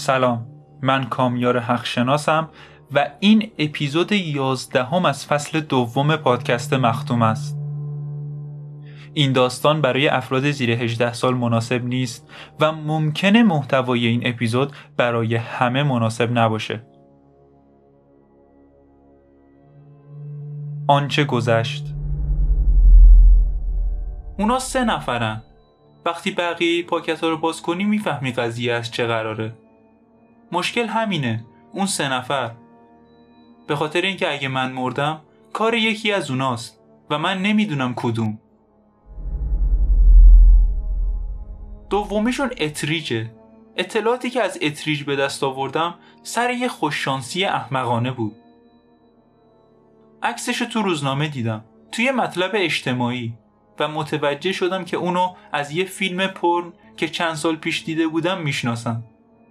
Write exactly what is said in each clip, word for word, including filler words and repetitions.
سلام، من کامیار حقشناسم و این اپیزود یازدهم از فصل دوم پادکست مختوم است. این داستان برای افراد زیر هجده سال مناسب نیست و ممکنه محتوای این اپیزود برای همه مناسب نباشه. آنچه گذشت. اونا سه نفرن. وقتی بقیه پاکت ها رو باز کنی میفهمی قضیه از چه قراره. مشکل همینه، اون سه نفر. به خاطر اینکه اگه من مردم کار یکی از اوناست و من نمیدونم کدوم. دومیشون اتریجه. اطلاعاتی که از اتریج به دست آوردم سر یه خوششانسی احمقانه بود. عکسشو تو روزنامه دیدم، توی مطلب اجتماعی، و متوجه شدم که اونو از یه فیلم پورن که چند سال پیش دیده بودم میشناسم.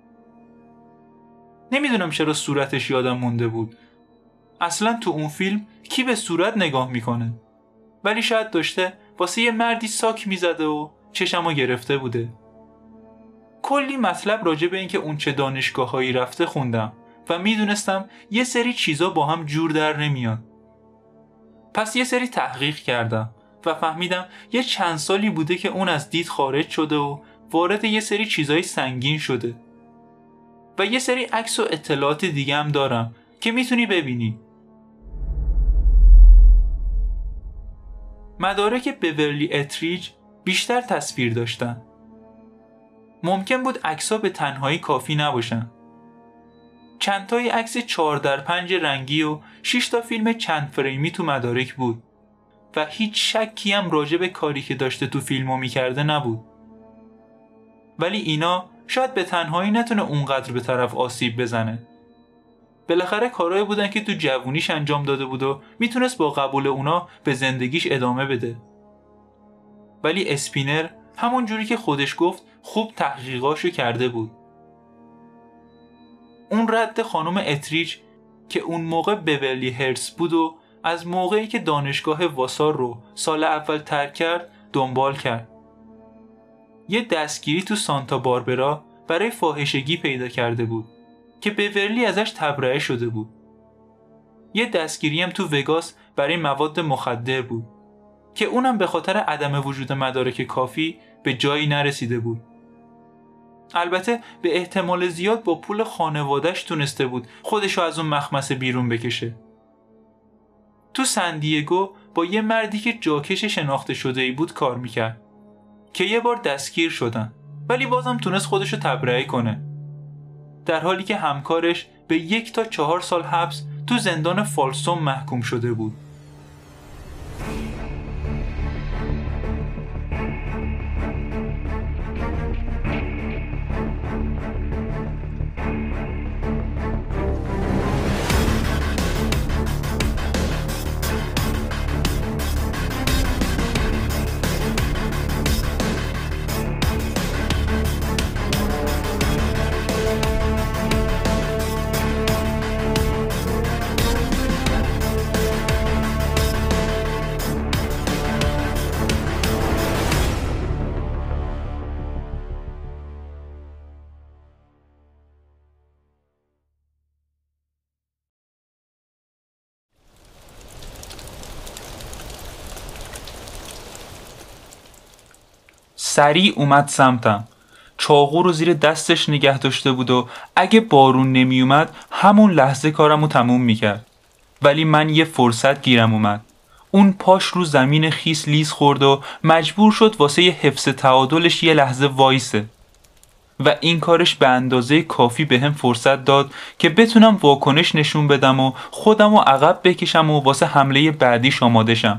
نمیدونم چرا صورتش یادم مونده بود. اصلا تو اون فیلم کی به صورت نگاه میکنه؟ ولی شاید داشته واسه یه مردی ساک میزده و چشمو گرفته بوده. کلی مطلب راجع به این که اون چه دانشگاهایی رفته خوندم و میدونستم یه سری چیزا با هم جور در نمیاد. پس یه سری تحقیق کردم و فهمیدم یه چند سالی بوده که اون از دید خارج شده و وارد یه سری چیزای سنگین شده. و یه سری عکس و اطلاعات دیگه هم دارم که میتونی ببینی. مدارک بیورلی اتریج بیشتر تصویر داشتن. ممکن بود عکس‌ها به تنهایی کافی نباشن. چند تای عکس چهار در پنج رنگی و شش تا فیلم چند فریمی تو مدارک بود و هیچ شکی هم راجع به کاری که داشته تو فیلمو میکرده نبود. ولی اینا شاید به تنهایی نتونه اونقدر به طرف آسیب بزنه. بالاخره کارهایی بودن که تو جوونیش انجام داده بود و میتونست با قبول اونا به زندگیش ادامه بده. ولی اسپینر همون جوری که خودش گفت خوب تحقیقاشو کرده بود. اون رد خانم اتریج که اون موقع بیورلی هیلز بود و از موقعی که دانشگاه واسار رو سال اول ترک کرد دنبال کرد. یه دستگیری تو سانتا باربرا برای فاحشگی پیدا کرده بود که بیورلی ازش تبرئه شده بود. یه دستگیری هم تو وگاس برای مواد مخدر بود که اونم به خاطر عدم وجود مدارک کافی به جایی نرسیده بود. البته به احتمال زیاد با پول خانواده‌اش تونسته بود خودشو از اون مخمسه بیرون بکشه. تو سندیگو با یه مردی که جاکش شناخته شده‌ای بود کار میکرد که یه بار دستگیر شدن ولی بازم تونست خودشو تبرئه کنه، در حالی که همکارش به یک تا چهار سال حبس تو زندان فالسوم محکوم شده بود. سریع اومد سمتم. چاقو رو زیر دستش نگه داشته بود و اگه بارون نمی اومد همون لحظه کارمو تموم میکرد. ولی من یه فرصت گیرم اومد. اون پاش رو زمین خیس لیز خورد و مجبور شد واسه یه حفظ تعادلش یه لحظه وایسه. و این کارش به اندازه کافی به هم فرصت داد که بتونم واکنش نشون بدم و خودم رو عقب بکشم و واسه حمله بعدیش آماده شم.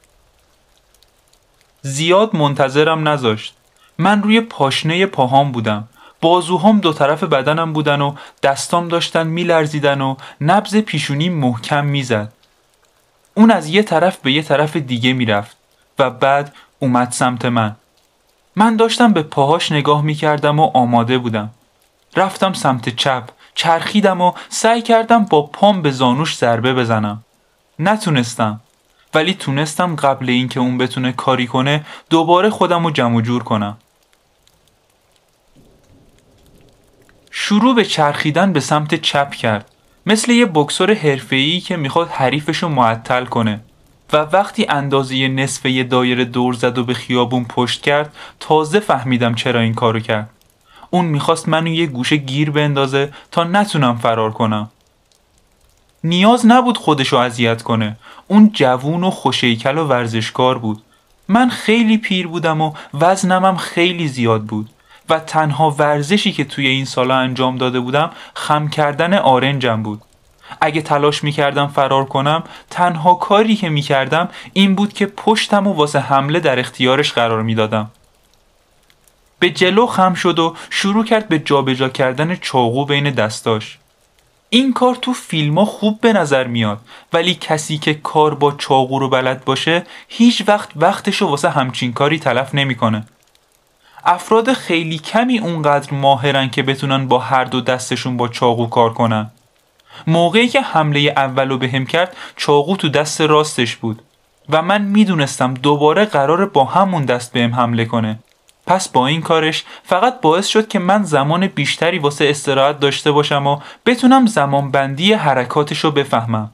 زیاد منتظرم نذاشت. من روی پاشنه پاهام بودم. بازوهام دو طرف بدنم بودن و دستام داشتن میلرزیدن و نبض پیشونی محکم میزد. اون از یه طرف به یه طرف دیگه میرفت و بعد اومد سمت من. من داشتم به پاهاش نگاه میکردم و آماده بودم. رفتم سمت چپ، چرخیدم و سعی کردم با پام به زانوش ضربه بزنم. نتونستم. ولی تونستم قبل این که اون بتونه کاری کنه دوباره خودم رو جمع جور کنم. شروع به چرخیدن به سمت چپ کرد، مثل یه بوکسور حرفه‌ای که میخواد حریفشو معطل کنه. و وقتی اندازه نصف یه دایره دور زد و به خیابون پشت کرد، تازه فهمیدم چرا این کارو کرد. اون میخواست منو یه گوشه گیر بندازه تا نتونم فرار کنم. نیاز نبود خودشو اذیت کنه. اون جوون و خوشیکل و ورزشکار بود. من خیلی پیر بودم و وزنم هم خیلی زیاد بود و تنها ورزشی که توی این سالا انجام داده بودم خم کردن آرنجم بود. اگه تلاش میکردم فرار کنم، تنها کاری که میکردم این بود که پشتم و واسه حمله در اختیارش قرار میدادم. به جلو خم شد و شروع کرد به جابجا کردن چاقو بین دستاش. این کار تو فیلم‌ها خوب به نظر میاد، ولی کسی که کار با چاقو رو بلد باشه هیچ وقت وقتشو واسه همچین کاری تلف نمیکنه. افراد خیلی کمی اونقدر ماهرن که بتونن با هر دو دستشون با چاقو کار کنن. موقعی که حمله اولو بهم کرد، چاقو تو دست راستش بود و من میدونستم دوباره قراره با همون دست بهم حمله کنه. پس با این کارش فقط باعث شد که من زمان بیشتری واسه استراحت داشته باشم و بتونم زمان بندی حرکاتشو بفهمم.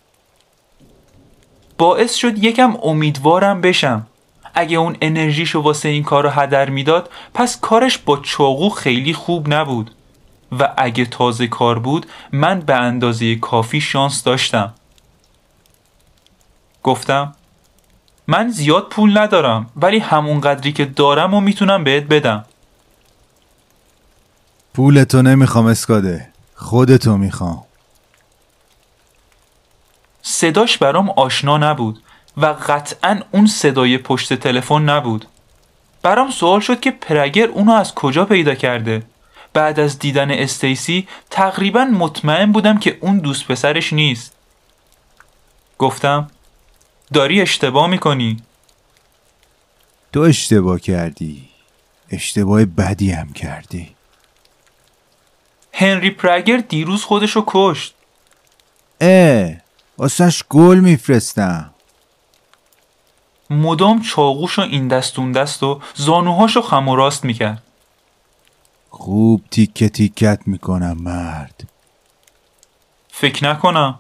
باعث شد یکم امیدوارم بشم. اگه اون انرژیشو واسه این کارو هدر میداد، پس کارش با چاقو خیلی خوب نبود. و اگه تازه کار بود، من به اندازه کافی شانس داشتم. گفتم من زیاد پول ندارم، ولی همون قدری که دارم و میتونم بهت بدم. پولتو نمیخوام اسکاده، خودتو میخوام. صداش برام آشنا نبود و قطعاً اون صدای پشت تلفن نبود. برام سوال شد که پرگر اونو از کجا پیدا کرده. بعد از دیدن استیسی تقریباً مطمئن بودم که اون دوست پسرش نیست. گفتم داری اشتباه میکنی. تو اشتباه کردی، اشتباه بدی هم کردی. هنری پرگر دیروز خودشو کشت. اه واسش گل میفرستم. مدام چاقوشو این دستون دست و زانوهاشو خم و راست میکرد. خوب تیکه تیکت میکنم مرد. فکر نکنم.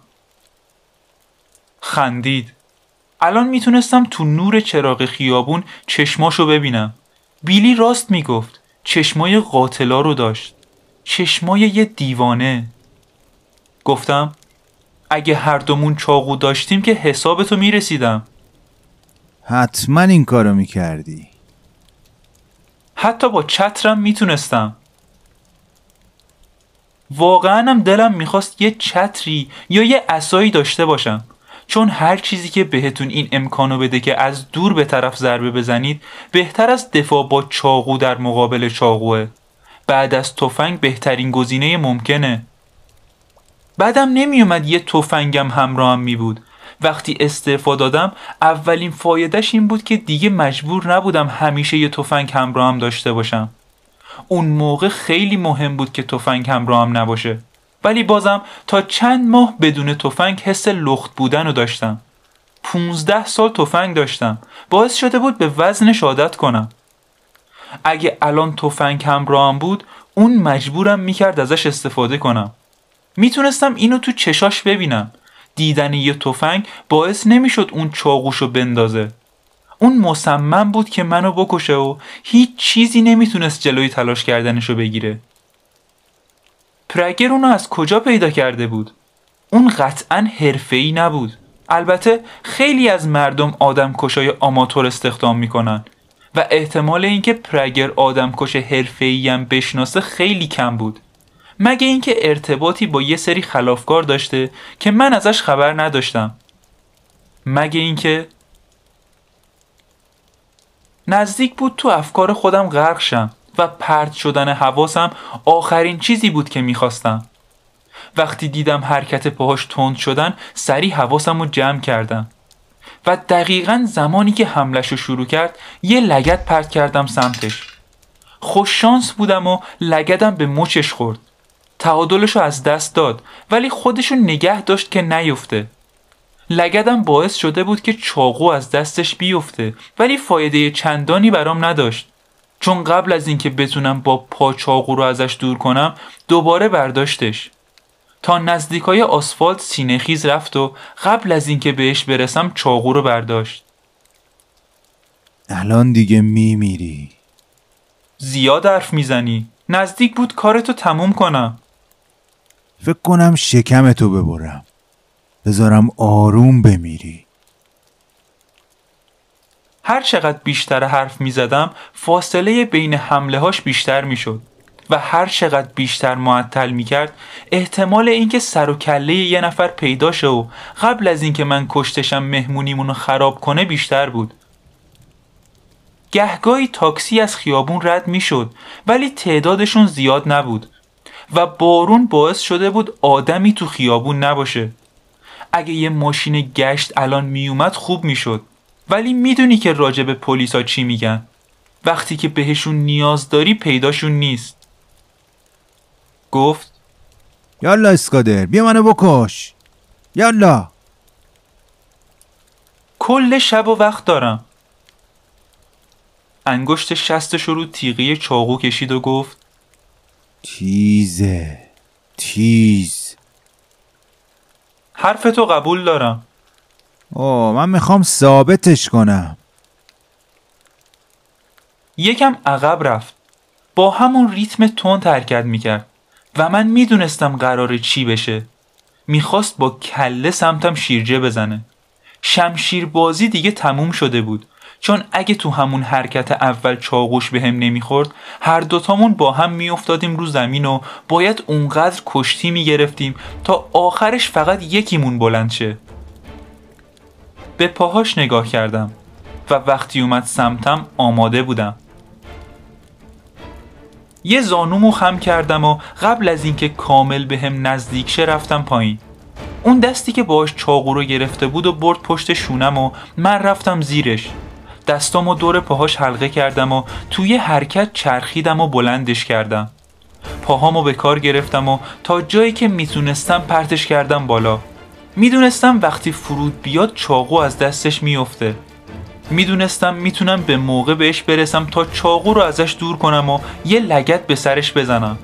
خندید. الان میتونستم تو نور چراغ خیابون چشماشو ببینم. بیلی راست میگفت. چشمای قاتلا رو داشت. چشمای یه دیوانه. گفتم اگه هر دومون چاقو داشتیم که حسابتو میرسیدم. حتما این کارو میکردی. حتی با چترم میتونستم. واقعا هم دلم میخواست یه چتری یا یه عصایی داشته باشم، چون هر چیزی که بهتون این امکانو بده که از دور به طرف ضربه بزنید بهتر از دفاع با چاقو در مقابل چاقوه. بعد از تفنگ بهترین گزینه ممکنه. بعدم نمیومد یه تفنگم همراهم میبود. وقتی استعفا دادم اولین فایدهش این بود که دیگه مجبور نبودم همیشه یه تفنگ همراهم داشته باشم. اون موقع خیلی مهم بود که تفنگ همراهم نباشه، ولی بازم تا چند ماه بدون تفنگ حس لخت بودن رو داشتم. پونزده سال تفنگ داشتم. باعث شده بود به وزنش عادت کنم. اگه الان تفنگ همراهم بود، اون مجبورم میکرد ازش استفاده کنم. میتونستم اینو تو چشاش ببینم. دیدن یه تفنگ باعث نمیشد اون چاقوشو بندازه. اون مصمم بود که منو بکشه و هیچ چیزی نمیتونست جلوی تلاش کردنشو بگیره. پرگر اونو از کجا پیدا کرده بود؟ اون قطعاً حرفه‌ای نبود. البته خیلی از مردم آدمکشای آماتور استخدام میکنن و احتمال اینکه پرگر آدمکش حرفه‌ای هم بشناسه خیلی کم بود، مگه اینکه ارتباطی با یه سری خلافکار داشته که من ازش خبر نداشتم. مگه اینکه نزدیک بود تو افکار خودم غرق شم و پرت شدن حواسم آخرین چیزی بود که میخواستم. وقتی دیدم حرکت پاهاش تند شدن، سریع حواسم رو جمع کردم و دقیقاً زمانی که حمله‌شو شروع کرد یه لگد پرت کردم سمتش. خوش شانس بودم و لگدم به مچش خورد. تعادلشو از دست داد، ولی خودشو نگه داشت که نیفته. لگدم باعث شده بود که چاقو از دستش بیفته، ولی فایده چندانی برام نداشت، چون قبل از اینکه بتونم با پا چاقو رو ازش دور کنم دوباره برداشتش. تا نزدیکای آسفالت سینه‌خیز رفت و قبل از اینکه بهش برسم چاقو رو برداشت. الان دیگه میمیری. زیاد حرف میزنی. نزدیک بود کارتو تموم کنم. فکر کنم شکمتو ببرم، بذارم آروم بمیری. هر چقدر بیشتر حرف میزدم فاصله بین حمله هاش بیشتر میشد و هر چقدر بیشتر معطل میکرد احتمال اینکه سر و کله یه نفر پیدا شه و قبل از اینکه من کشتشم مهمونیمونو خراب کنه بیشتر بود. گهگاهی تاکسی از خیابون رد میشد ولی تعدادشون زیاد نبود و بارون باعث شده بود آدمی تو خیابون نباشه. اگه یه ماشین گشت الان میومد خوب میشد، ولی میدونی که راجب پلیسا چی میگن. وقتی که بهشون نیاز داری پیداشون نیست. گفت یالا اسکادر بیا منو بکش، یالا. کل شب و وقت دارم. انگشت شستش رو تیغه چاقو کشید و گفت تیزه تیز. حرفتو قبول دارم. اوه من میخوام ثابتش کنم. یکم عقب رفت. با همون ریتم تند حرکت میکرد و من میدونستم قراره چی بشه. میخواست با کله سمتم شیرجه بزنه. شمشیر بازی دیگه تموم شده بود، چون اگه تو همون حرکت اول چاقوش به هم نمیخورد هر دوتامون با هم میافتادیم رو زمین و باید اونقدر کشتی میگرفتیم تا آخرش فقط یکیمون بلند شه. به پاهاش نگاه کردم و وقتی اومد سمتم آماده بودم. یه زانومو خم کردم و قبل از اینکه کامل به هم نزدیک شه رفتم پایین. اون دستی که باهاش چاقو رو گرفته بود و برد پشت شونم و من رفتم زیرش. دستامو دور پاهاش حلقه کردم و توی حرکت چرخیدم و بلندش کردم. پاهامو به کار گرفتم و تا جایی که میتونستم پرتش کردم بالا. میدونستم وقتی فرود بیاد چاقو از دستش میفته. میدونستم میتونم به موقع بهش برسم تا چاقو رو ازش دور کنم و یه لگد به سرش بزنم.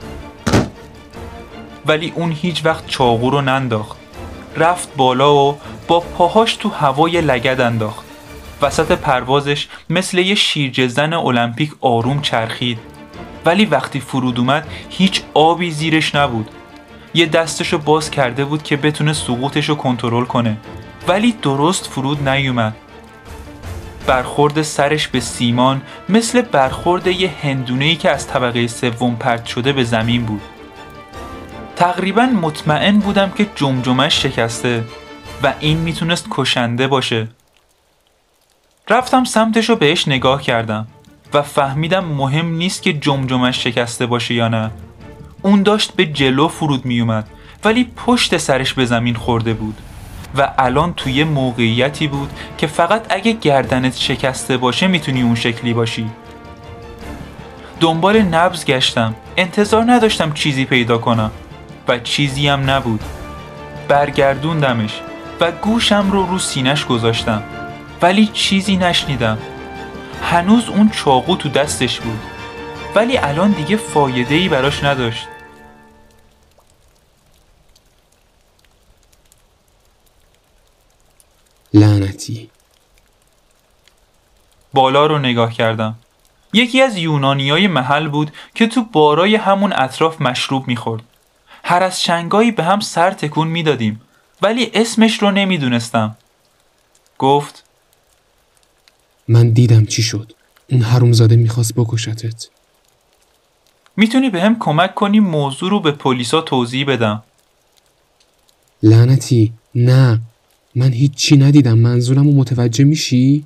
ولی اون هیچ وقت چاقو رو ننداخت. رفت بالا و با پاهاش تو هوای لگد انداخت. وسط پروازش مثل یه شیرجه زن المپیک آروم چرخید. ولی وقتی فرود اومد هیچ آبی زیرش نبود. یه دستشو باز کرده بود که بتونه سقوطشو کنترل کنه، ولی درست فرود نیومد. برخورد سرش به سیمان مثل برخورد یه هندونه‌ای که از طبقه سوم پرت شده به زمین بود. تقریبا مطمئن بودم که جمجمه‌اش شکسته و این میتونست کشنده باشه. رفتم سمتشو بهش نگاه کردم و فهمیدم مهم نیست که جمجمه‌اش شکسته باشه یا نه. اون داشت به جلو فرود میومد ولی پشت سرش به زمین خورده بود و الان توی موقعیتی بود که فقط اگه گردنت شکسته باشه میتونی اون شکلی باشی. دنبال نبض گشتم، انتظار نداشتم چیزی پیدا کنم و چیزی هم نبود. برگردوندمش و گوشم رو رو سینش گذاشتم ولی چیزی نشنیدم. هنوز اون چاقو تو دستش بود ولی الان دیگه فایده‌ای براش نداشت. لعنتی. بالا رو نگاه کردم. یکی از یونانیای محل بود که تو بارای همون اطراف مشروب میخورد. هر از شنگایی به هم سر تکون میدادیم ولی اسمش رو نمیدونستم. گفت من دیدم چی شد. اون حرومزاده میخواست بکشتت. میتونی به هم کمک کنی موضوع رو به پلیسا توضیح بدم؟ لعنتی نه، من هیچی ندیدم. منظورم رو متوجه میشی؟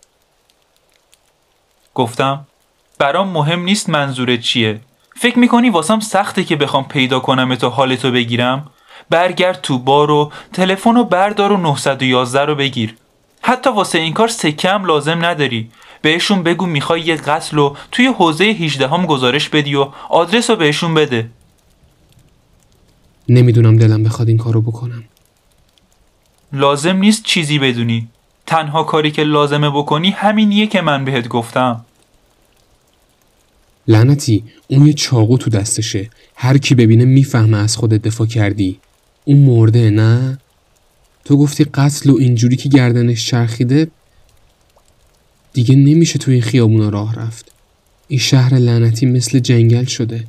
گفتم برام مهم نیست منظورت چیه. فکر میکنی واسم سخته که بخوام پیدا کنم تو حالتو بگیرم؟ برگرد تو بار و تلفن رو بردار و نه یک یک رو بگیر. حتی واسه این کار سکه هم لازم نداری. بهشون بگو میخوای یه قتل رو توی حوزه هجده هم گزارش بدی و آدرس رو بهشون بده. نمیدونم دلم بخواد این کارو بکنم. لازم نیست چیزی بدونی. تنها کاری که لازمه بکنی همینیه که من بهت گفتم. لعنتی، اون یه چاقو تو دستشه. هر کی ببینه میفهمه از خودت دفاع کردی. اون مرده نه؟ تو گفتی قتل و اینجوری که گردنش چرخیده دیگه نمیشه تو این خیابونا راه رفت. این شهر لعنتی مثل جنگل شده.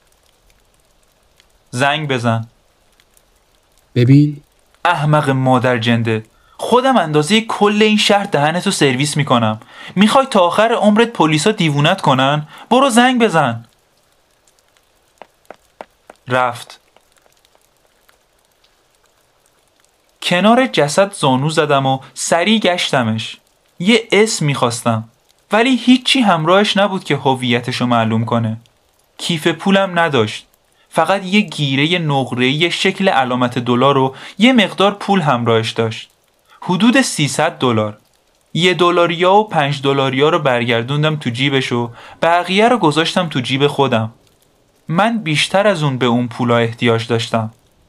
زنگ بزن. ببین احمق مادر جنده، خودم اندازه کل این شهر دهنتو سرویس میکنم. میخوای تا آخر عمرت پلیسا دیوونت کنن؟ برو زنگ بزن. رفت. کنار جسد زانو زدم و سریع گشتمش. یه اسم میخواستم ولی هیچی همراهش نبود که هویتشو معلوم کنه. کیف پولم نداشت، فقط یه گیره نقره‌ای شکل علامت دلار و یه مقدار پول همراهش داشت، حدود سیصد دلار. یه دلاریا و پنج دلاریا رو برگردوندم تو جیبش و بقیه رو گذاشتم تو جیب خودم. من بیشتر از اون به اون پولا احتیاج داشتم.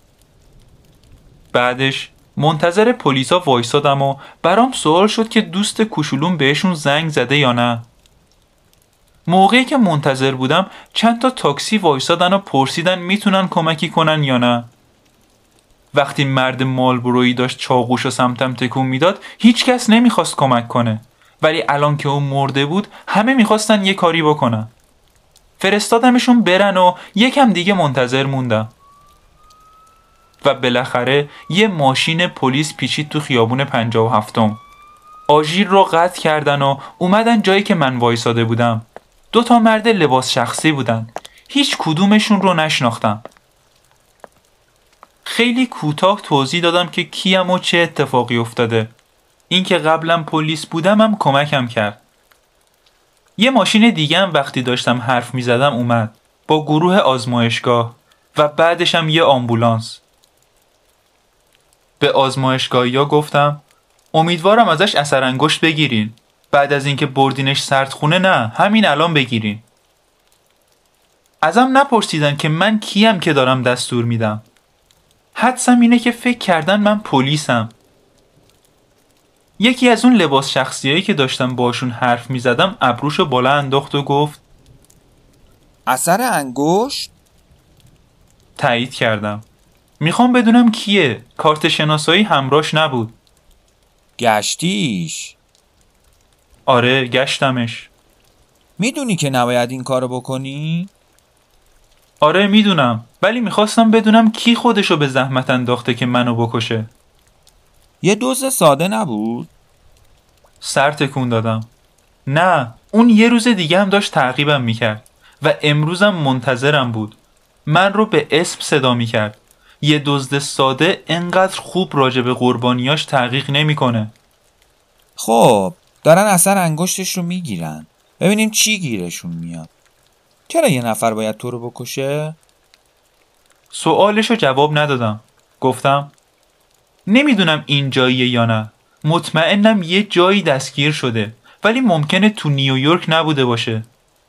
بعدش منتظر پلیسا وایسادم و برام سوال شد که دوست کوچولوم بهشون زنگ زده یا نه. موقعی که منتظر بودم چند تا تاکسی وایسادن و پرسیدن میتونن کمکی کنن یا نه. وقتی مرد مالبرویی داشت چاقوشو سمتم تکون میداد هیچ کس نمیخواست کمک کنه، ولی الان که اون مرده بود همه میخواستن یه کاری بکنن. فرستادمشون برن و یکم دیگه منتظر موندم و بالاخره یه ماشین پلیس پیچید تو خیابون پنجاه و هفتم. آژیر رو قطع کردن و اومدن جایی که من وایساده بودم. دو تا مرد لباس شخصی بودن. هیچ کدومشون رو نشناختم. خیلی کوتاه توضیح دادم که کیم و چه اتفاقی افتاده. این که قبلا پلیس بودم هم کمکم کرد. یه ماشین دیگه هم وقتی داشتم حرف می زدم اومد با گروه آزمایشگاه و بعدش هم یه آمبولانس. به آزمایشگاهیا گفتم امیدوارم ازش اثر انگشت بگیرین. بعد از اینکه بردینش سردخونه نه، همین الان بگیرین. ازم نپرسیدن که من کیم که دارم دستور میدم. حدسم اینه که فکر کردن من پلیسم. یکی از اون لباس شخصیایی که داشتم باشون حرف میزدم ابروشو بالا انداخت و گفت اثر انگشت؟ تایید کردم. میخوام بدونم کیه. کارت شناسایی همراهش نبود. گشتیش؟ آره گشتمش. میدونی که نباید این کارو بکنی؟ آره میدونم، ولی میخواستم بدونم کی خودشو به زحمت انداخته که منو بکشه. یه دزد ساده نبود؟ سر تکون دادم. نه، اون یه روز دیگه هم داشت تعقیبم میکرد و امروزم منتظرم بود. من رو به اسم صدا میکرد. یه دزد ساده انقدر خوب راجع به قربانیاش تحقیق نمیکنه. خب دارن اثر انگشتش رو میگیرن، ببینیم چی گیرشون میاد. چرا یه نفر باید تو رو بکشه؟ سوالشو جواب ندادم. گفتم نمیدونم این جاییه یا نه. مطمئنم یه جایی دستگیر شده، ولی ممکنه تو نیویورک نبوده باشه.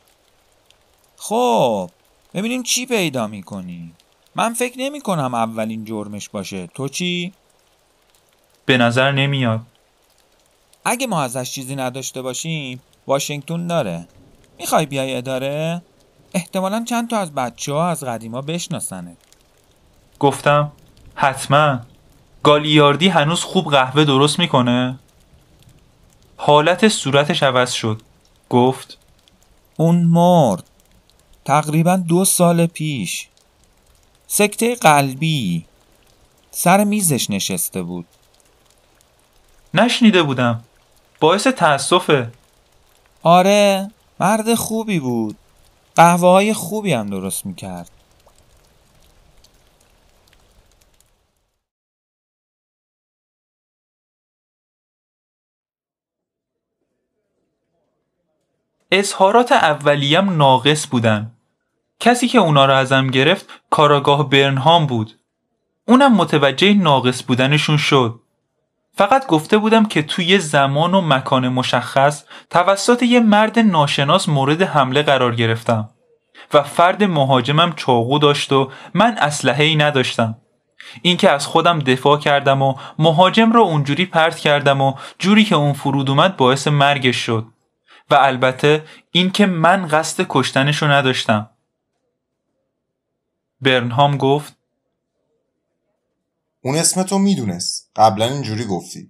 خب ببینیم چی پیدا میکنی. من فکر نمی کنم اولین جرمش باشه. تو چی؟ به نظر نمیاد. اگه ما ازش چیزی نداشته باشیم واشنگتن داره. میخوای بیای اداره؟ احتمالاً چند تا از بچه ها از قدیما بشناسنه. گفتم حتما. گالیاردی هنوز خوب قهوه درست میکنه؟ حالت صورتش عوض شد. گفت اون مرد تقریباً دو سال پیش. سکته قلبی. سر میزش نشسته بود. نشنیده بودم. باعث تأسفه. آره مرد خوبی بود. قهوه های خوبی هم درست میکرد. اظهارات اولیم ناقص بودن. کسی که اونا رو ازم گرفت کاراگاه برنهام بود. اونم متوجه ناقص بودنشون شد. فقط گفته بودم که توی زمان و مکان مشخص توسط یه مرد ناشناس مورد حمله قرار گرفتم و فرد مهاجمم چاقو داشت و من اسلحه‌ای نداشتم. این که از خودم دفاع کردم و مهاجم رو اونجوری پرت کردم و جوری که اون فرود اومد باعث مرگش شد و البته این که من قصد کشتنشو نداشتم. برنهام گفت اون اسمتو میدونست. قبلا اینجوری گفتی.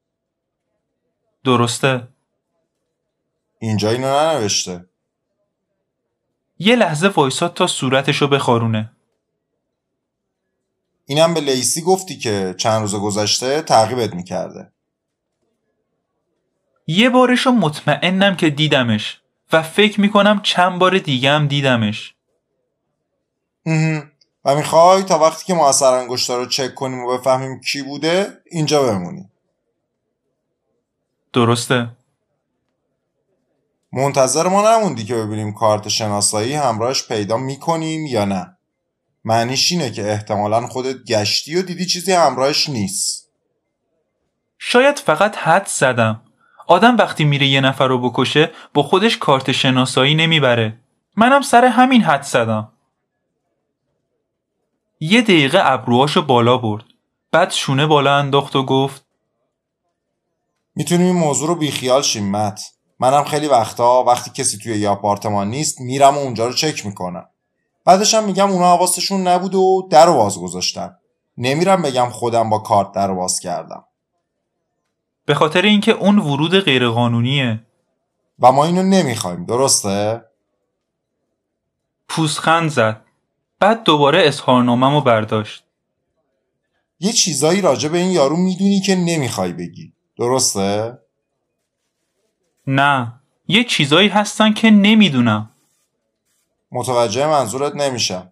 درسته. اینجا اینو ننوشته. یه لحظه وایساد تا صورتشو بخارونه. اینم به لیسی گفتی که چند روز گذشته تعقیبت میکرده. یه بارشو مطمئنم که دیدمش و فکر میکنم چند بار دیگه هم دیدمش. و میخوای تا وقتی که ما اثر انگشتر رو چک کنیم و بفهمیم کی بوده اینجا بمونی؟ درسته. منتظر ما نموندی که ببینیم کارت شناسایی همراهش پیدا میکنیم یا نه؟ معنیش اینه که احتمالاً خودت گشتی و دیدی چیزی همراهش نیست. شاید فقط حد زدم. آدم وقتی میره یه نفر رو بکشه با خودش کارت شناسایی نمیبره. منم سر همین حد زدم. یه دقیقه ابروهاشو بالا برد. بعد شونه بالا انداخت و گفت میتونیم این موضوع رو بیخیال شیم مت. منم خیلی وقتا وقتی کسی توی یه آپارتمان نیست میرم و اونجا رو چک میکنم. بعدش هم میگم اونا حواسشون نبود و در رو باز گذاشتن. نمیرم بگم خودم با کارت در رو باز کردم. به خاطر اینکه اون ورود غیرقانونیه و ما اینو نمیخوایم. درسته؟ پوزخند زد. بعد دوباره اظهارنامه‌مو برداشت. یه چیزایی راجع به این یارو میدونی که نمیخوای بگی. درسته؟ نه، یه چیزایی هستن که نمیدونم. متوجه منظورت نمیشم.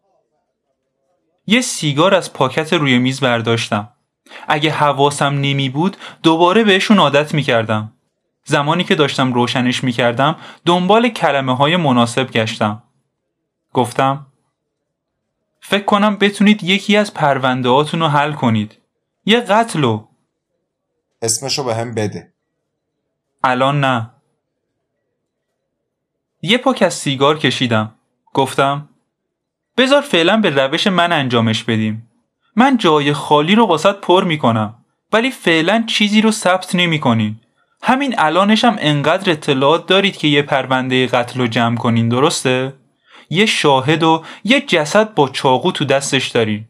یه سیگار از پاکت روی میز برداشتم. اگه حواسم نمی بود دوباره بهشون عادت میکردم. زمانی که داشتم روشنش میکردم دنبال کلمه های مناسب گشتم. گفتم فکر کنم بتونید یکی از پرونده هاتون رو حل کنید. یه قتلو. اسمشو به هم بده. الان نه. یه پاک از سیگار کشیدم. گفتم بذار فعلا به روش من انجامش بدیم. من جای خالی رو واسط پر میکنم ولی فعلا چیزی رو ثبت نمیکنین. همین الانش هم انقدر اطلاعات دارید که یه پرونده قتل رو جمع کنین. درسته؟ یه شاهد و یه جسد با چاقو تو دستش دارین.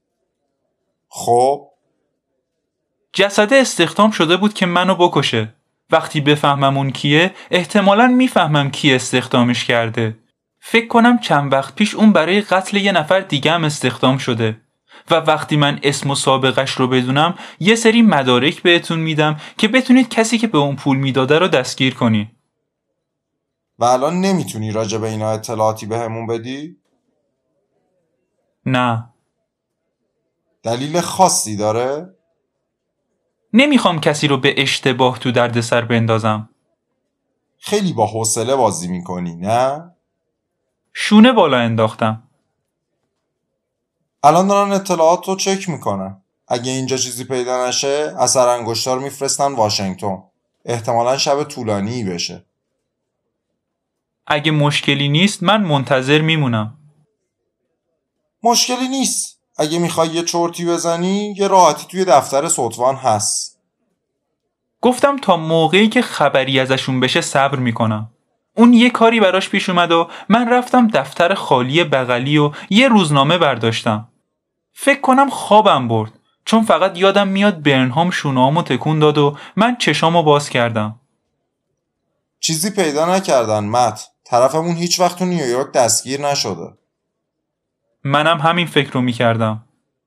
خب جسد استخدام شده بود که منو بکشه. وقتی بفهمم اون کیه احتمالاً میفهمم کی استخدامش کرده. فکر کنم چند وقت پیش اون برای قتل یه نفر دیگه هم استخدام شده و وقتی من اسم و سابقش رو بدونم یه سری مدارک بهتون میدم که بتونید کسی که به اون پول میداده رو دستگیر کنی. و الان نمیتونی راجع به اینا اطلاعاتی به همون بدی؟ نه. دلیل خاصی داره؟ نمیخوام کسی رو به اشتباه تو دردسر بندازم. خیلی با حوصله بازی میکنی نه؟ شونه بالا انداختم. الان دارن اطلاعات رو چک میکنن. اگه اینجا چیزی پیدا نشه اثر انگشتر میفرستن واشنگتن. احتمالاً شب طولانی بشه. اگه مشکلی نیست من منتظر میمونم. مشکلی نیست. اگه میخوای یه چرتی بزنی یه راحتی توی دفتر سطوان هست. گفتم تا موقعی که خبری ازشون بشه صبر میکنم. اون یه کاری براش پیش اومد و من رفتم دفتر خالی بغلی و یه روزنامه برداشتم. فکر کنم خوابم برد چون فقط یادم میاد برنهام شونه‌هامو تکون داد و من چشامو باز کردم. چیزی پیدا نکردن مت. طرفمون هیچ وقت تو نیویورک دستگیر نشده. منم همین فکر رو میکردم.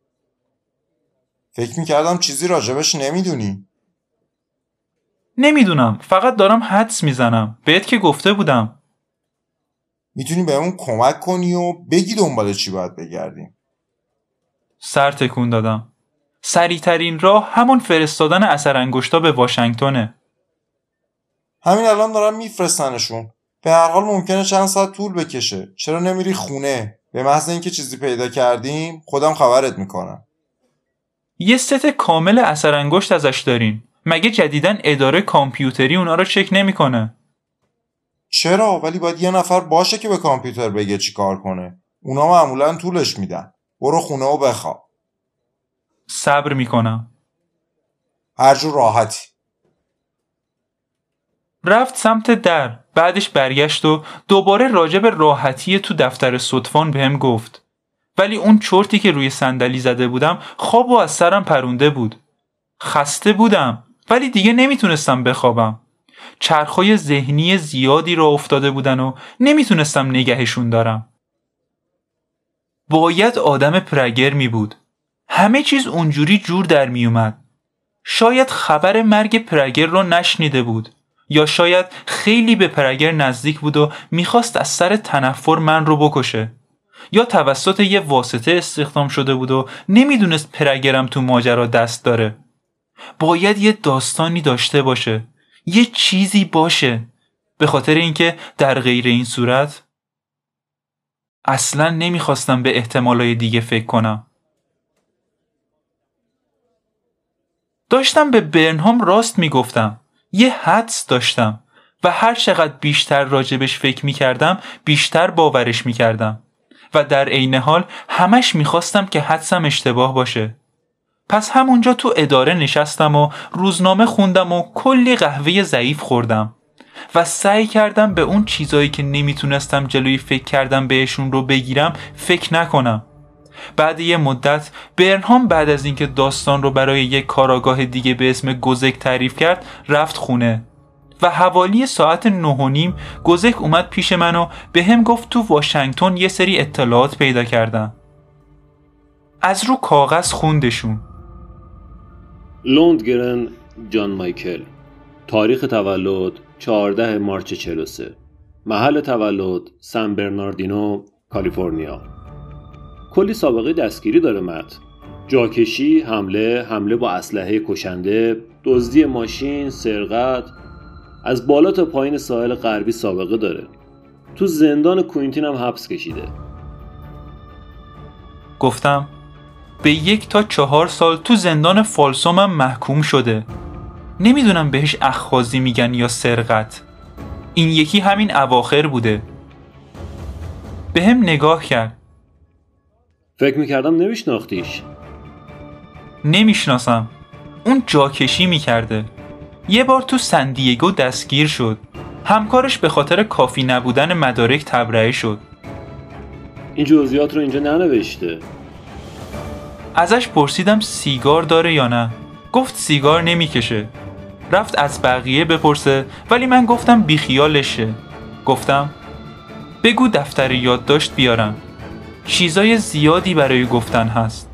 فکر میکردم چیزی راجبش نمیدونی. نمیدونم، فقط دارم حدس میزنم. بهت که گفته بودم. میتونی بهمون کمک کنی و بگی دنبال چی باید بگردیم. سر تکون دادم. سریع‌ترین راه همون فرستادن اثر انگشتا به واشنگتنه. همین الان دارن میفرستنشون. به هر حال ممکنه چند ساعت طول بکشه. چرا نمیری خونه؟ به محض اینکه چیزی پیدا کردیم خودم خبرت میکنم. یه ست کامل اثر انگشت ازش دارین. مگه جدیدن اداره کامپیوتری اونا رو چک نمیکنه؟ چرا؟ ولی باید یه نفر باشه که به کامپیوتر بگه چی کار کنه. اونا معمولا طولش میدن. برو خونه و بخواب. صبر میکنم. هر جور راحتی. رفت سمت در، بعدش برگشت و دوباره راجع به راحتی تو دفتر صدفان بهم گفت. ولی اون چرتی که روی صندلی زده بودم خوابو از سرم پرونده بود. خسته بودم ولی دیگه نمیتونستم بخوابم. چرخای ذهنی زیادی را افتاده بودن و نمیتونستم نگهشون دارم. باید آدم پرگر می بود. همه چیز اونجوری جور در می اومد. شاید خبر مرگ پرگر رو نشنیده بود، یا شاید خیلی به پرگر نزدیک بود و میخواست از سر تنفر من رو بکشه، یا توسط یه واسطه استخدام شده بود و نمیدونست پرگرم تو ماجرا دست داره. باید یه داستانی داشته باشه، یه چیزی باشه، به خاطر اینکه در غیر این صورت اصلا نمیخواستم به احتمالای دیگه فکر کنم. داشتم به برنهام راست میگفتم. یه حدس داشتم و هر چقدر بیشتر راجبش فکر میکردم بیشتر باورش میکردم و در عین حال همش میخواستم که حدسم اشتباه باشه. پس همونجا تو اداره نشستم و روزنامه خوندم و کلی قهوه ضعیف خوردم و سعی کردم به اون چیزایی که نمیتونستم جلوی فکر کردم بهشون رو بگیرم فکر نکنم. بعد یه مدت برنهام بعد از اینکه داستان رو برای یک کاراگاه دیگه به اسم گوزک تعریف کرد رفت خونه و حوالی ساعت نه و نیم گوزک اومد پیش من و به هم گفت تو واشنگتن یه سری اطلاعات پیدا کردم. از رو کاغذ خوندشون. لوندگرن جان مایکل، تاریخ تولد چهاردهم مارس چهل و سه، محل تولد سن برناردینو کالیفرنیا. کلی سابقه دستگیری داره مت. جاکشی، حمله، حمله با اسلحه کشنده، دزدی ماشین، سرقت، از بالا تا پایین ساحل غربی سابقه داره. تو زندان کوینتین هم حبس کشیده. گفتم به یک تا چهار سال تو زندان فالسوم هم محکوم شده. نمیدونم بهش اخاذی میگن یا سرقت. این یکی همین اواخر بوده. به هم نگاه کرد. فکر میکردم نمیشناختیش. نمیشناسم. اون جاکشی میکرده. یه بار تو سن دیگو دستگیر شد. همکارش به خاطر کافی نبودن مدارک تبرئه شد. این جزئیات رو اینجا ننوشته. ازش پرسیدم سیگار داره یا نه. گفت سیگار نمیکشه. رفت از بقیه بپرسه ولی من گفتم بیخیالشه. گفتم بگو دفتر یادداشت بیارم. چیزای زیادی برای گفتن هست.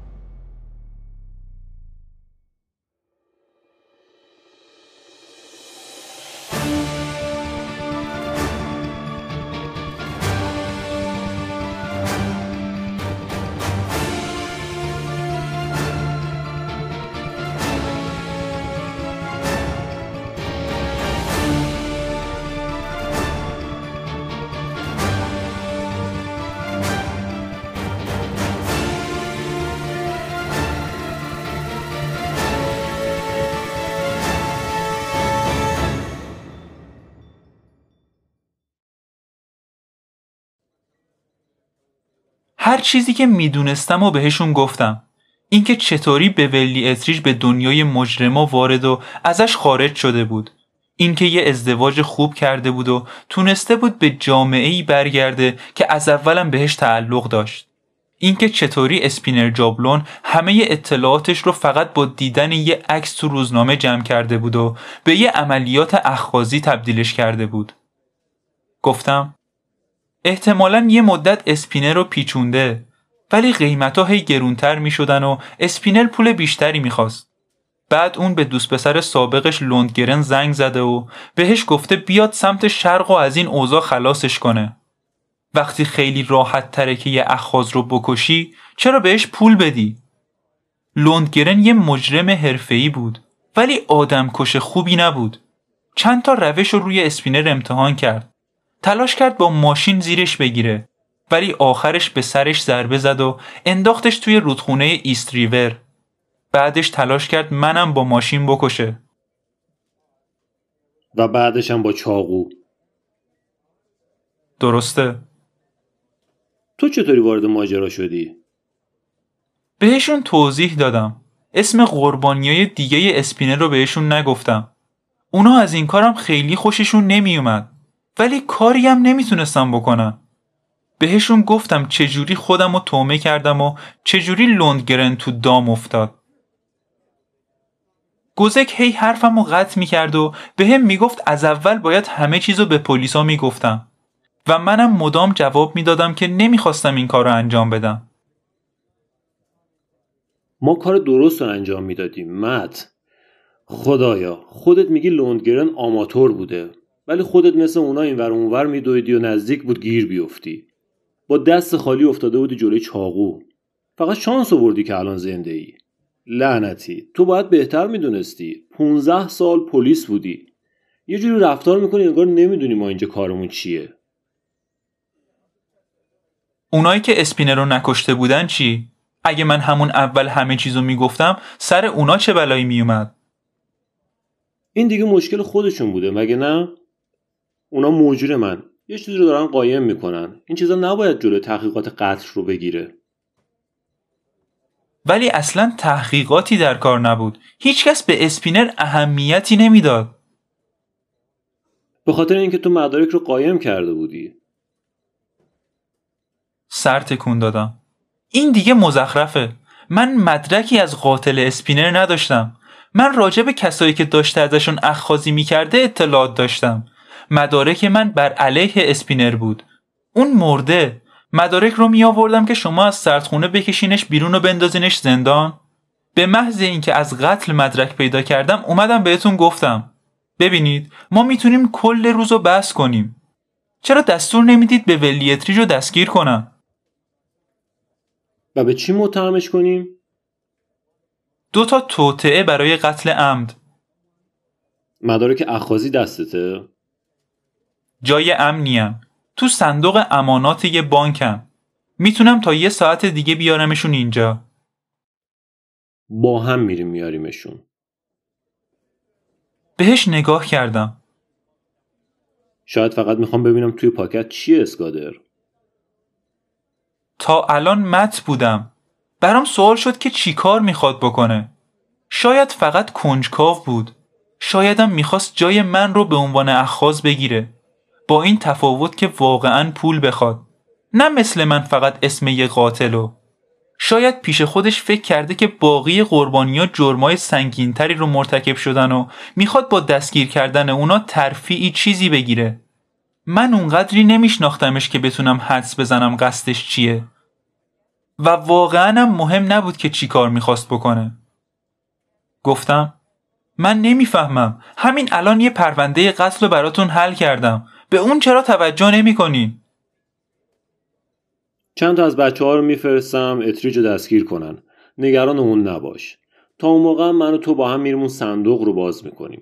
هر چیزی که میدونستم و بهشون گفتم. اینکه چطوری بیورلی اتریج به دنیای مجرما وارد و ازش خارج شده بود. اینکه یه ازدواج خوب کرده بود و تونسته بود به جامعه‌ای برگرده که از اولم بهش تعلق داشت. اینکه چطوری اسپینر جابلون همه اطلاعاتش رو فقط با دیدن یه عکس تو روزنامه جمع کرده بود و به یه عملیات اخاذی تبدیلش کرده بود. گفتم احتمالاً یه مدت اسپینر رو پیچونده ولی قیمتا هی گرونتر می شدن و اسپینر پول بیشتری می خواست. بعد اون به دوست پسر سابقش لوندگرن زنگ زده و بهش گفته بیاد سمت شرق و از این اوضاع خلاصش کنه. وقتی خیلی راحت تره که یه اخاذ رو بکشی چرا بهش پول بدی؟ لوندگرن یه مجرم حرفه‌ای بود ولی آدم کش خوبی نبود. چند تا روش رو روی اسپینر امتحان کرد. تلاش کرد با ماشین زیرش بگیره ولی آخرش به سرش ضربه زد و انداختش توی رودخونه ایست ریور. بعدش تلاش کرد منم با ماشین بکشه. و بعدش هم با چاقو. درسته. تو چطوری وارد ماجرا شدی؟ بهشون توضیح دادم. اسم قربانیای دیگه اسپینر رو بهشون نگفتم. اونا از این کارم خیلی خوششون نمیومد، ولی کاری هم نمیتونستم بکنم. بهشون گفتم چجوری خودم رو تومه کردم و چجوری لوندگرن تو دام افتاد. گوزک هی حرفم رو قطع میکرد و به هم میگفت از اول باید همه چیزو به پلیسا میگفتم و منم مدام جواب میدادم که نمیخواستم این کار رو انجام بدم. ما کار درست رو انجام میدادیم مت. خدایا خودت میگی لوندگرن آماتور بوده، ولی خودت مثل اونا این ور اونور میدویدی و نزدیک بود گیر بیفتی. با دست خالی افتاده بودی جلوی چاقو. فقط شانس آوردی که الان زنده ای. لعنتی، تو باید بهتر میدونستی. پونزده سال پلیس بودی. یه جوری رفتار میکنی انگار نمیدونی ما اینجا کارمون چیه. اونایی که اسپینر رو نکشته بودن چی؟ اگه من همون اول همه چیزو میگفتم سر اونا چه بلایی میومد؟ این دیگه مشکل خودشون بوده مگه نه؟ اونا موجود من یه چیزی رو دارن قایم میکنن. این چیزا نباید جلوی تحقیقات قتل رو بگیره. ولی اصلا تحقیقاتی در کار نبود. هیچکس به اسپینر اهمیتی نمیداد. به خاطر اینکه تو مدارک رو قایم کرده بودی. سر تکون دادم. این دیگه مزخرفه. من مدرکی از قاتل اسپینر نداشتم. من راجع به کسایی که داشته ازشون اخاذی میکرده اطلاعات داشتم. مدارک من بر علیه اسپینر بود. اون مرده. مدارک رو می آوردم که شما از سردخونه بکشینش بیرون و بندازینش زندان. به محض اینکه از قتل مدرک پیدا کردم اومدم بهتون گفتم ببینید ما میتونیم کل روزو بحث کنیم. چرا دستور نمیدید به ولی اتریج رو دستگیر کنم؟ و به چی متهمش کنیم؟ دو تا توطئه برای قتل عمد. مدارک اخاذی دستته؟ جای امنیم. تو صندوق امانات یه بانکم. میتونم تا یه ساعت دیگه بیارمشون اینجا. با هم میریم میاریمشون. بهش نگاه کردم. شاید فقط میخوام ببینم توی پاکت چیه اسکادر. تا الان مت بودم. برام سوال شد که چی کار میخواد بکنه. شاید فقط کنجکاو بود. شایدم میخواست جای من رو به عنوان اخاذ بگیره. با این تفاوت که واقعاً پول بخواد. نه مثل من فقط اسم یه قاتلو. شاید پیش خودش فکر کرده که باقی قربانی‌ها جرمای سنگین‌تری رو مرتکب شدن و میخواد با دستگیر کردن اونا ترفیعی چیزی بگیره. من اونقدری نمیشناختمش که بتونم حدس بزنم قصدش چیه. و واقعاً هم مهم نبود که چی کار میخواست بکنه. گفتم من نمیفهمم. همین الان یه پرونده قتل رو براتون حل کردم. به اون چرا توجه نمی کنین؟ چند تا از بچه ها رو میفرستم اتریج رو دستگیر کنن. نگران اون نباش. تا اون موقع من و تو با هم میریم اون صندوق رو باز میکنیم.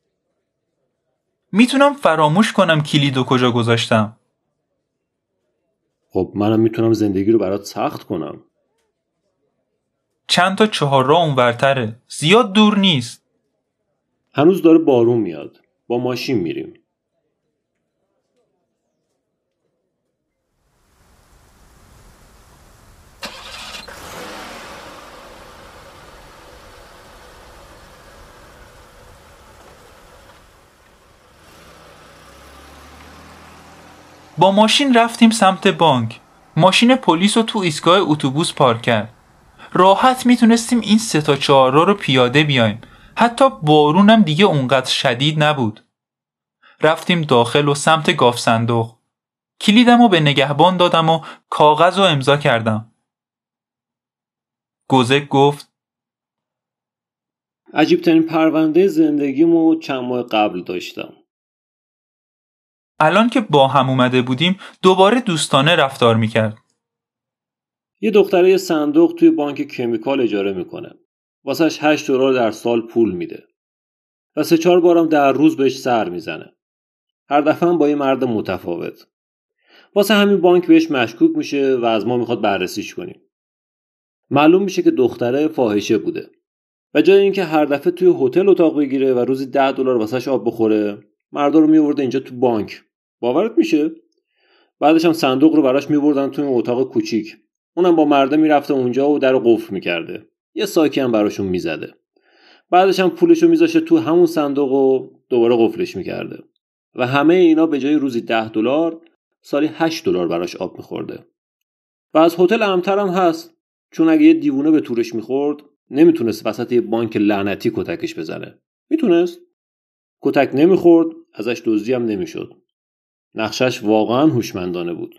میتونم فراموش کنم کلیدو کجا گذاشتم. خب منم میتونم زندگی رو برات سخت کنم. چند تا چهار راه اونورتره. زیاد دور نیست. هنوز داره بارون میاد. با ماشین میریم. با ماشین رفتیم سمت بانک. ماشین پلیس رو تو ایستگاه اتوبوس پارک کرد. راحت میتونستیم این سه تا چهار راه رو پیاده بیایم. حتی بارونم دیگه اونقدر شدید نبود. رفتیم داخل و سمت گاف صندوق. کلیدم رو به نگهبان دادم و کاغذ رو امضا کردم. گوزک گفت عجیب ترین پرونده زندگیمو چند ماه قبل داشتم. الان که با هم اومده بودیم دوباره دوستانه رفتار میکرد. یه دختره یه صندوق توی بانک کمیکال اجاره میکنه. واسهش هشت دلار در سال پول میده. و سه چهار بارم در روز بهش سر میزنه. هر دفعه هم با یه مرد متفاوت. واسه همین بانک بهش مشکوک میشه و از ما میخواد بررسیش کنیم. معلوم میشه که دختره فاحشه بوده. و جای اینکه هر دفعه توی هتل اتاق بگیره و روزی ده دلار واسش آب بخوره، مردا رو میورده اینجا تو بانک. باورت میشه؟ بعدش هم صندوق رو براش میبردن توی اتاق کوچیک. اونم با مرده میرفته اونجا و درو قفل میکرده. یه ساکی هم براشون میزده. بعدش هم پولشو میذاشه تو همون صندوق و دوباره قفلش میکرده و همه اینا به جای روزی ده دلار سالی هشت دلار براش آب میخورده. و از هتل امتر هم هست، چون اگه یه دیوونه به تورش میخورد نمیتونست وسط یه بانک لعنتی کتکش بزنه. میتونست، کتک نمیخورد، ازش دزدی هم نمیشد. نقشش واقعا هوشمندانه بود.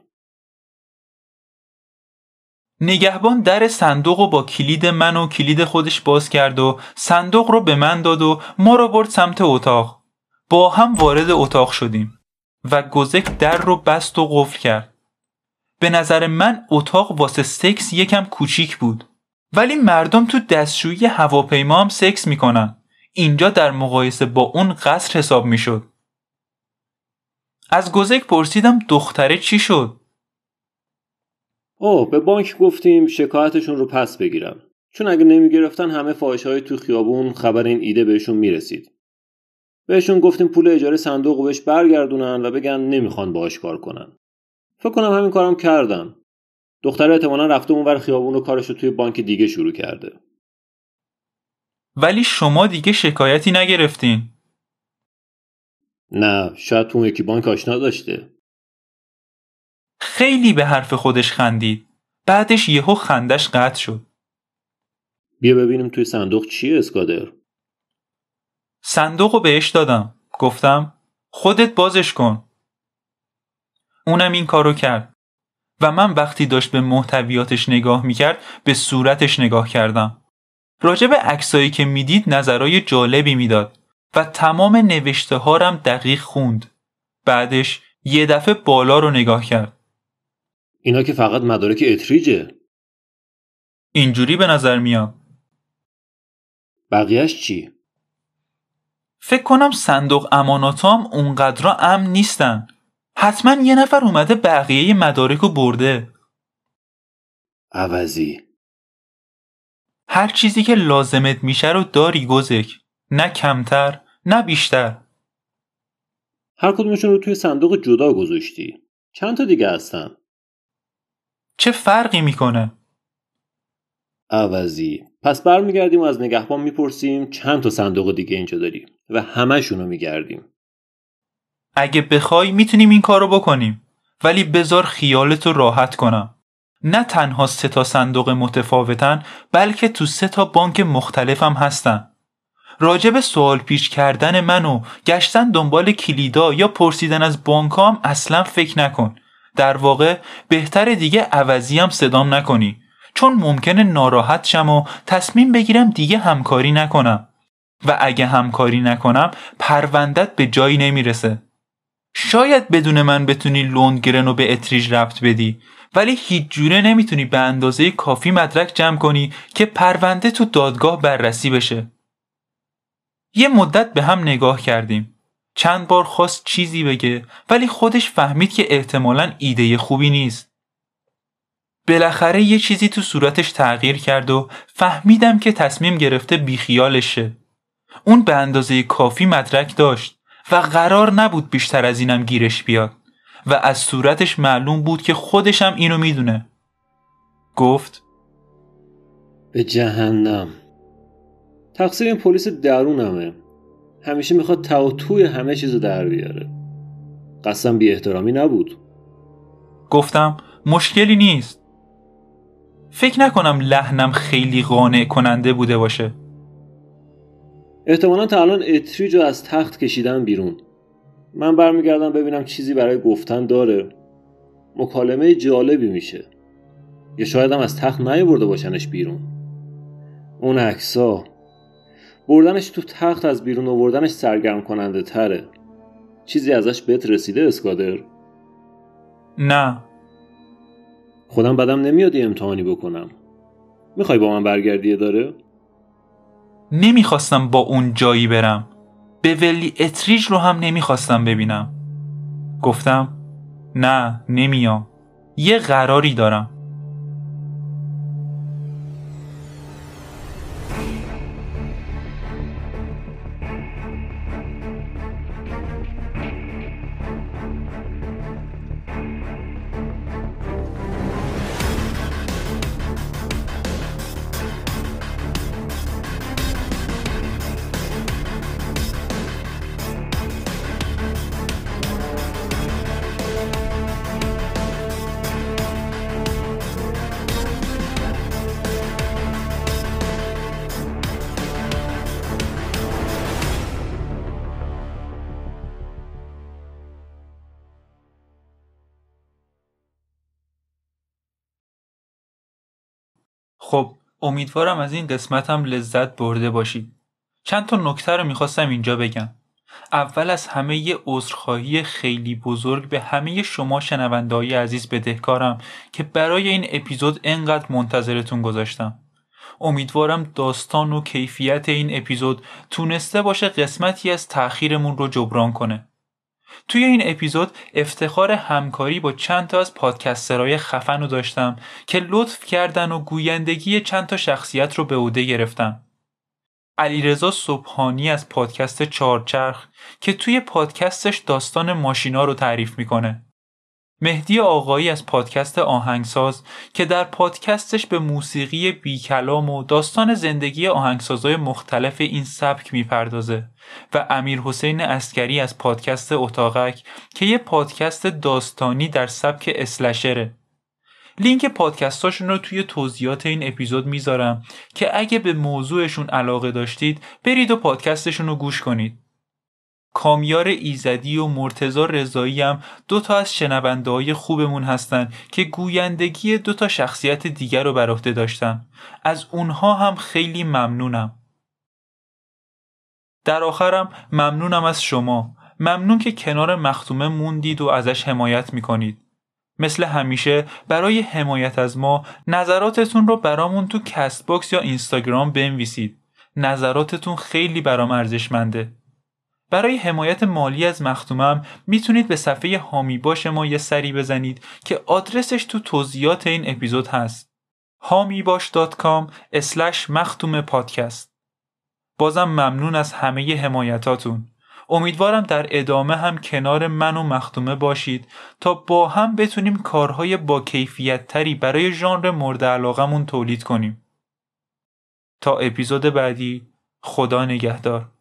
نگهبان در صندوق رو با کلید من و کلید خودش باز کرد و صندوق رو به من داد و ما رو برد سمت اتاق. با هم وارد اتاق شدیم و گزک در رو بست و قفل کرد. به نظر من اتاق واسه سکس یکم کوچیک بود، ولی مردم تو دستشویی هواپیما هم سکس میکنن. اینجا در مقایسه با اون قصر حساب میشد. از گزک پرسیدم دختره چی شد؟ اوه به بانک گفتیم شکایتشون رو پس بگیرن، چون اگه نمیگرفتن همه فاحشه‌های تو خیابون خبر این ایده بهشون میرسید. بهشون گفتیم پول اجاره صندوق رو بهش برگردونن و بگن نمیخوان باهاش کار کنن. فکر کنم همین کارم کردن. دختره احتمالاً رفته اونور خیابون و کارش رو توی بانک دیگه شروع کرده. ولی شما دیگه شکایتی نگرفتین؟ نه، شاید تو اون یکی بانک آشنا داشته. خیلی به حرف خودش خندید. بعدش یهو خندش قطع شد. بیا ببینیم توی صندوق چیه اسکادر. صندوقو بهش دادم. گفتم خودت بازش کن. اونم این کارو کرد و من وقتی داشت به محتویاتش نگاه میکرد به صورتش نگاه کردم. راجع به عکسایی که میدید نظرای جالبی میداد و تمام نوشته هارم دقیق خوند. بعدش یه دفعه بالا رو نگاه کرد. اینا که فقط مدارک اتریجه. اینجوری به نظر میاد. بقیهش چی؟ فکر کنم صندوق اماناتام اونقدر امن نیستن. حتما یه نفر اومده بقیه مدارک رو برده. عوضی. هر چیزی که لازمت میشه رو داری گزک. نه کمتر نه بیشتر. هر کدومشون رو توی صندوق جدا گذاشتی. چند تا دیگه هستن؟ چه فرقی میکنه؟ عوضی. پس برمیگردیم و از نگهبان میپرسیم چند تا صندوق دیگه اینجا داری و همه‌شون رو میگردیم. اگه بخوای میتونیم این کارو بکنیم، ولی بذار خیالتو راحت کنم. نه تنها سه تا صندوق متفاوتن، بلکه تو سه تا بانک مختلفم هستن. راجب سوال پیش کردن من و گشتن دنبال کلیدا یا پرسیدن از بانکام اصلا فکر نکن. در واقع بهتره دیگه عوضی هم صدام نکنی، چون ممکنه ناراحت شم و تصمیم بگیرم دیگه همکاری نکنم و اگه همکاری نکنم پروندت به جایی نمیرسه. شاید بدون من بتونی لوندگرن رو به اتریج ربط بدی، ولی هیچ جوره نمیتونی به اندازه کافی مدرک جمع کنی که پرونده تو دادگاه بررسی بشه. یه مدت به هم نگاه کردیم. چند بار خواست چیزی بگه، ولی خودش فهمید که احتمالاً ایده خوبی نیست. بالاخره یه چیزی تو صورتش تغییر کرد و فهمیدم که تصمیم گرفته بیخیالش شه. اون به اندازه کافی مدرک داشت و قرار نبود بیشتر از اینم گیرش بیاد و از صورتش معلوم بود که خودشم اینو میدونه. گفت به جهنم. تقصیر این پلیس درونمه. همیشه میخواد تا و توی همه چیزو در بیاره. قسم بی احترامی نبود. گفتم مشکلی نیست. فکر نکنم لحنم خیلی قانع کننده بوده باشه. احتمالاً تا الان اتریجو از تخت کشیدن بیرون. من برمیگردم ببینم چیزی برای گفتن داره. مکالمه جالبی میشه. یا شاید هم از تخت نیاورده باشنش بیرون. اون عکس‌ها بردنش تو تخت از بیرون آوردنش سرگرم کننده تره. چیزی ازش بهت رسیده اسکادر؟ نه. خودم بدم نمیاد یه امتحانی بکنم. میخوای با من برگردی داره؟ نمیخواستم با اون جایی برم. به ولی اتریج رو هم نمیخواستم ببینم. گفتم نه نمیام. یه قراری دارم. خب امیدوارم از این قسمت هم لذت برده باشید. چند تا نکته رو میخواستم اینجا بگم. اول از همه یه عذرخواهی خیلی بزرگ به همه شما شنونده‌های عزیز بدهکارم که برای این اپیزود انقدر منتظرتون گذاشتم. امیدوارم داستان و کیفیت این اپیزود تونسته باشه قسمتی از تأخیرمون رو جبران کنه. توی این اپیزود افتخار همکاری با چند تا از پادکسترهای خفن رو داشتم که لطف کردن و گویندگی چند تا شخصیت رو به عهده گرفتم. علیرضا صبحانی از پادکست چهارچرخ که توی پادکستش داستان ماشینا رو تعریف میکنه. مهدی آقایی از پادکست آهنگساز که در پادکستش به موسیقی بی کلام و داستان زندگی آهنگسازهای مختلف این سبک میپردازه و امیر حسین عسکری از پادکست اتاقک که یه پادکست داستانی در سبک اسلشره. لینک پادکستاشون رو توی توضیحات این اپیزود میذارم که اگه به موضوعشون علاقه داشتید برید و پادکستشون رو گوش کنید. کامیار ایزدی و مرتضی رضایی هم دو تا از شنونده‌های خوبمون هستن که گویندگی دو تا شخصیت دیگر رو بر عهده داشتن. از اونها هم خیلی ممنونم. در آخرم ممنونم از شما. ممنون که کنار مختومه موندید و ازش حمایت میکنید. مثل همیشه برای حمایت از ما نظراتتون رو برامون تو کست باکس یا اینستاگرام بنویسید. نظراتتون خیلی برام ارزشمنده. برای حمایت مالی از مختومم میتونید به صفحه هامی باش ما یه سری بزنید که آدرسش تو توضیحات این اپیزود هست. هامی باش دات کام اسلش مختوم پادکست. بازم ممنون از همه حمایتاتون. امیدوارم در ادامه هم کنار من و مختومه باشید تا با هم بتونیم کارهای با کیفیت تری برای ژانر مورد علاقمون تولید کنیم. تا اپیزود بعدی، خدا نگهدار.